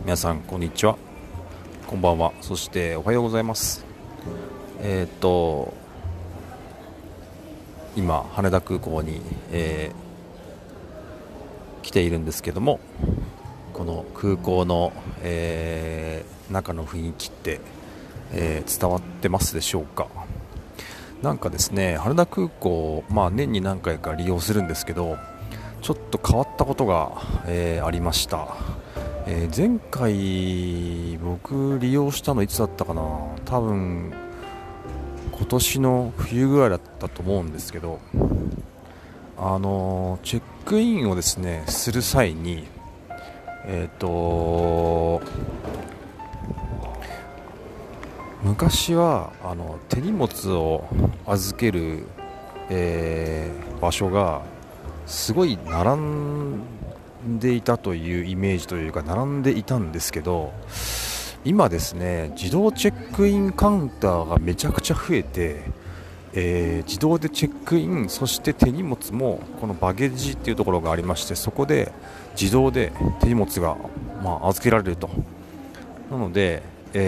皆さんこんにちは、こんばんは、そしておはようございます。今羽田空港に、来ているんですけども、この空港の、中の雰囲気って、伝わってますでしょうか。なんかですね、羽田空港、年に何回か利用するんですけど、ちょっと変わったことが、ありました。前回僕利用したのいつだったかな。多分今年の冬ぐらいだったと思うんですけど、チェックインをですねする際に、昔は手荷物を預ける、場所がすごい並んでいたというイメージというか、並んでいたんですけど、今ですね、自動チェックインカウンターがめちゃくちゃ増えて、自動でチェックイン、そして手荷物もこのバゲージっていうところがありまして、そこで自動で手荷物が、預けられると。なので、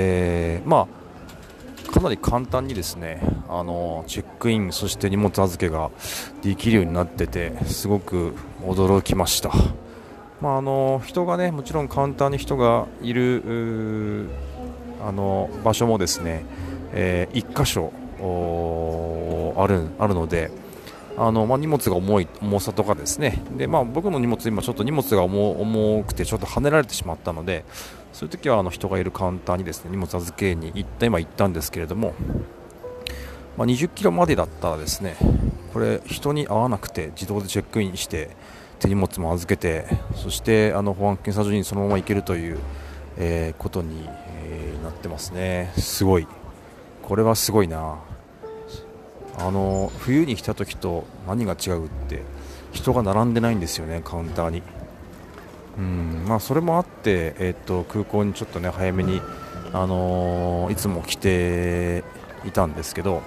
かなり簡単にですね、チェックイン、そして荷物預けができるようになってて、すごく驚きました。人がね、もちろんカウンターに人がいる場所もですね、1箇所あるので、荷物が重さとかですね、で、僕の荷物、今ちょっと荷物が重くてちょっと跳ねられてしまったので、そういう時は人がいるカウンターにですね、荷物預けに今行ったんですけれども、20キロまでだったらですね、これ人に会わなくて自動でチェックインして手荷物も預けて、そして保安検査所にそのまま行けるという、ことに、なってますね。すごい、これはすごいな。冬に来た時と何が違うって、人が並んでないんですよね、カウンターに。それもあって、空港にちょっとね早めに、いつも来ていたんですけど、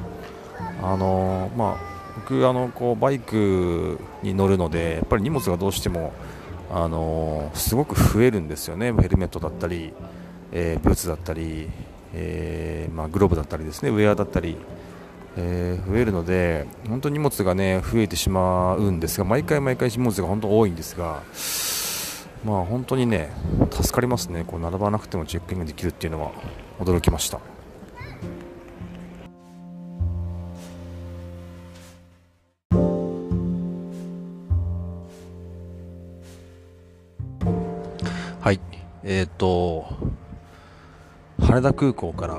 僕こうバイクに乗るので、やっぱり荷物がどうしても、すごく増えるんですよね。ヘルメットだったり、ブーツだったり、グローブだったりですね、ウェアだったり、増えるので、本当に荷物がね増えてしまうんですが、毎回荷物が本当多いんですが、本当にね助かりますね。こう並ばなくてもチェックインができるっていうのは驚きました。はい、羽田空港から、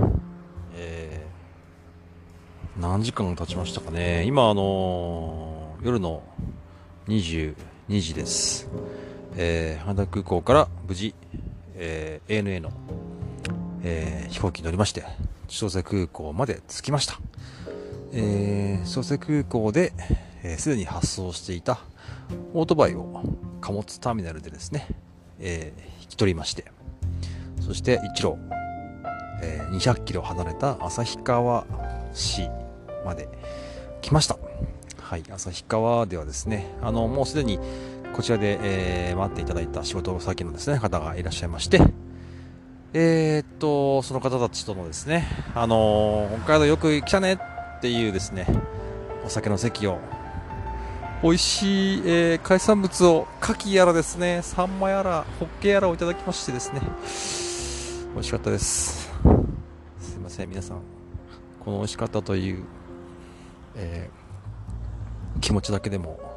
何時間経ちましたかね。今夜の22時です。羽田空港から無事、ANA の、飛行機に乗りまして千歳空港まで着きました。千歳空港で、すでに発送していたオートバイを貨物ターミナルでですね、引き取りまして、そして一路、200キロ離れた旭川市まで来ました。はい、旭川ではですね、もうすでにこちらで、待っていただいた仕事先のですね方がいらっしゃいまして、その方たちとのですね、北海道よく来たねっていうですね、お酒の席を、美味しい、海産物を、牡蠣やらですね、サンマやらホッケやらをいただきましてですね、美味しかったです。すいません皆さん、この美味しかったという、気持ちだけでも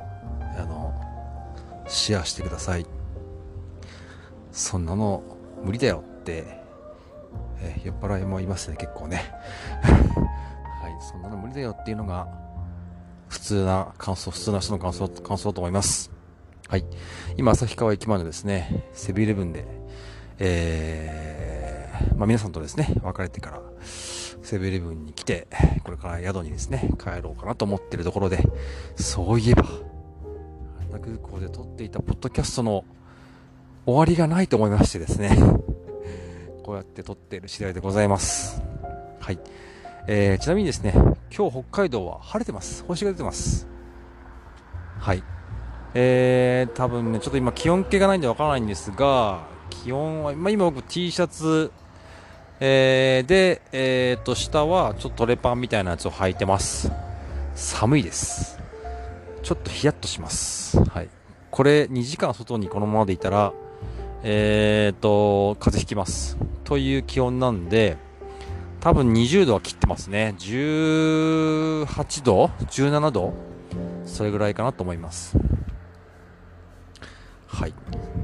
シェアしてください。そんなの無理だよって、酔っ払いもいますね、結構ねはい、そんなの無理だよっていうのが普通な人の感想だと思います。はい、今旭川駅前のですねセブンイレブンで、皆さんとですね別れてからセブンイレブンに来て、これから宿にですね帰ろうかなと思っているところで、そういえば羽田空港で撮っていたポッドキャストの終わりがないと思いましてですねこうやって撮っている次第でございます。はい、ちなみにですね、今日北海道は晴れてます。星が出てます。はい、 多分ね、ちょっと今気温計がないんでわからないんですが、気温は、今僕 T シャツ、で、下はちょっとトレパンみたいなやつを履いてます。寒いです。ちょっとヒヤッとします。はい。これ2時間外にこのままでいたら、風邪ひきます。という気温なんで、多分20度は切ってますね。18度 ?17 度それぐらいかなと思います。はい。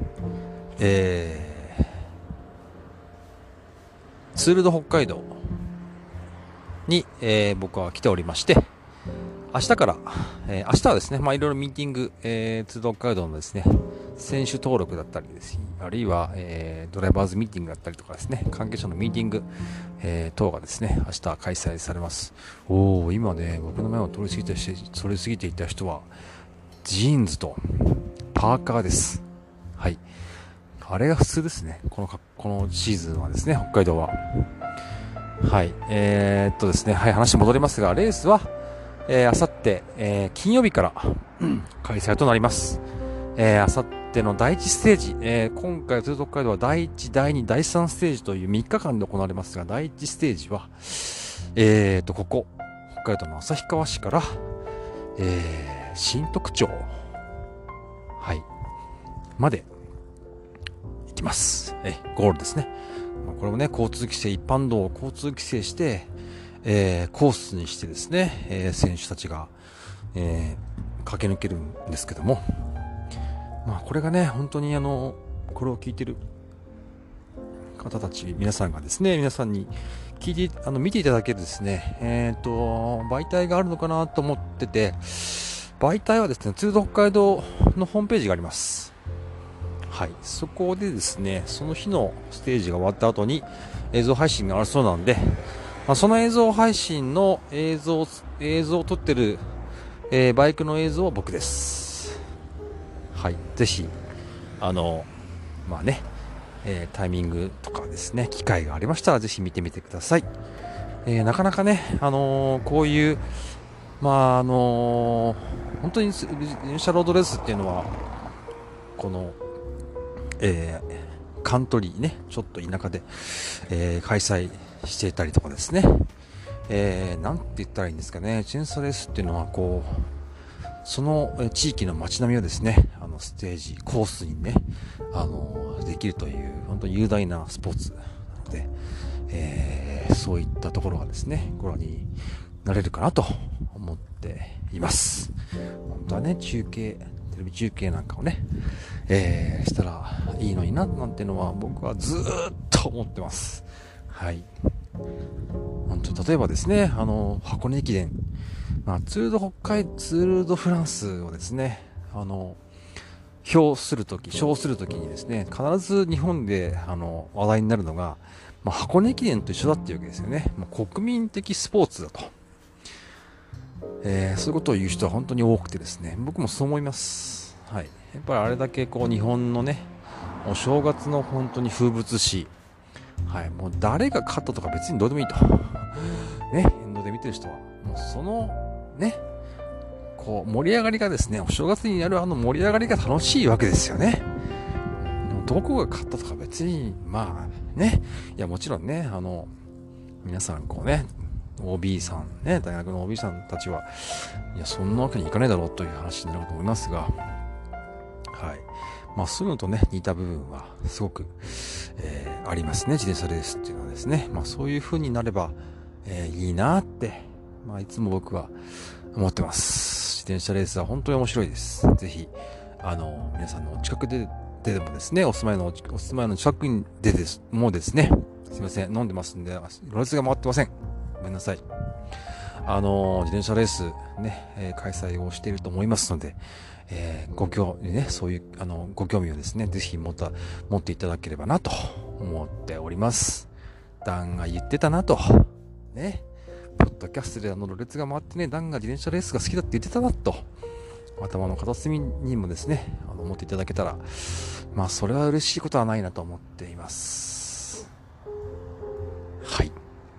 ツールド北海道に、僕は来ておりまして、明日から、明日はですね、いろいろミーティング、ツールド北海道のですね、選手登録だったりです、あるいは、ドライバーズミーティングだったりとかですね、関係者のミーティング、等がですね、明日開催されます。今ね、僕の前を通り過ぎていた人は、ジーンズとパーカーです。はい。あれが普通ですね。このシーズンはですね、北海道は。はい。ですね、はい、話戻りますが、レースは、あさって、金曜日から、開催となります。あさっての第1ステージ、今回、ツールド北海道は第1、第2、第3ステージという3日間で行われますが、第1ステージは、ここ、北海道の旭川市から、新得町、はい、まで、行きます。ゴールですね。これもね、交通規制、一般道を交通規制して、コースにしてですね、選手たちが、駆け抜けるんですけども、これがね、本当にこれを聞いてる方たち、皆さんがですね、皆さんに見ていただけるですね、媒体があるのかなと思ってて、媒体はですね、ツールド北海道のホームページがあります。はい、そこでですね、その日のステージが終わった後に映像配信があるそうなんで、その映像配信の映像を撮ってる、バイクの映像は僕です。はい、ぜひタイミングとかですね、機会がありましたらぜひ見てみてください。なかなかね、こういう本当に電車ロードレースっていうのはこのカントリーね、ちょっと田舎で、開催していたりとかですね、なんて言ったらいいんですかね、チェーンソーレースっていうのはその地域の街並みをですね、ステージコースにね、できるという本当に雄大なスポーツなので、そういったところがですね、ご覧になれるかなと思っています。本当はね、テレビ中継なんかをね、したらいいのにななんてのは僕はずーっと思ってます。はい。本当に例えばですね、箱根駅伝、ツールドフランスをですね、称するときにですね、必ず日本で話題になるのが、箱根駅伝と一緒だっていうわけですよね。国民的スポーツだと。そういうことを言う人は本当に多くてですね、僕もそう思います。はい。やっぱりあれだけ日本のね、お正月の本当に風物詩、はい、もう誰が勝ったとか別にどうでもいいと。ね、沿道で見てる人は、もうそのね、盛り上がりがですね、お正月にやる盛り上がりが楽しいわけですよね。どこが勝ったとか別に、ね、いやもちろんね、皆さんOB さんね、大学の OB さんたちは、いや、そんなわけにいかないだろうという話になると思いますが、はい。そういうのとね、似た部分はすごく、ありますね、自転車レースっていうのはですね。そういう風になれば、いいなって、いつも僕は思ってます。自転車レースは本当に面白いです。ぜひ、皆さんのお近くでもですね、お住まいの近くにもうですね、すいません、飲んでますんで、ろれつが回ってません。ごめんなさい。自転車レースね、開催をしていると思いますので、そういうご興味をですね、ぜひ持っていただければなと思っております。ダンが言ってたなとね、ポッドキャストでろれつが回ってね、ダンが自転車レースが好きだって言ってたなと、頭の片隅にもですね、思っていただけたら、それは嬉しいことはないなと思っています。はい。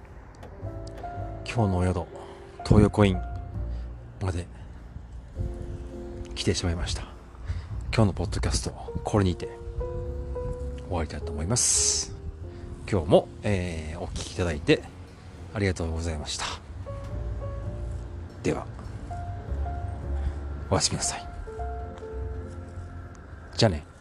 今日のお宿、東横インまで来てしまいました。 今日のポッドキャストこれにて終わりたいと思います。今日も、お聞きいただいてありがとうございました。ではおやすみなさい。じゃあね。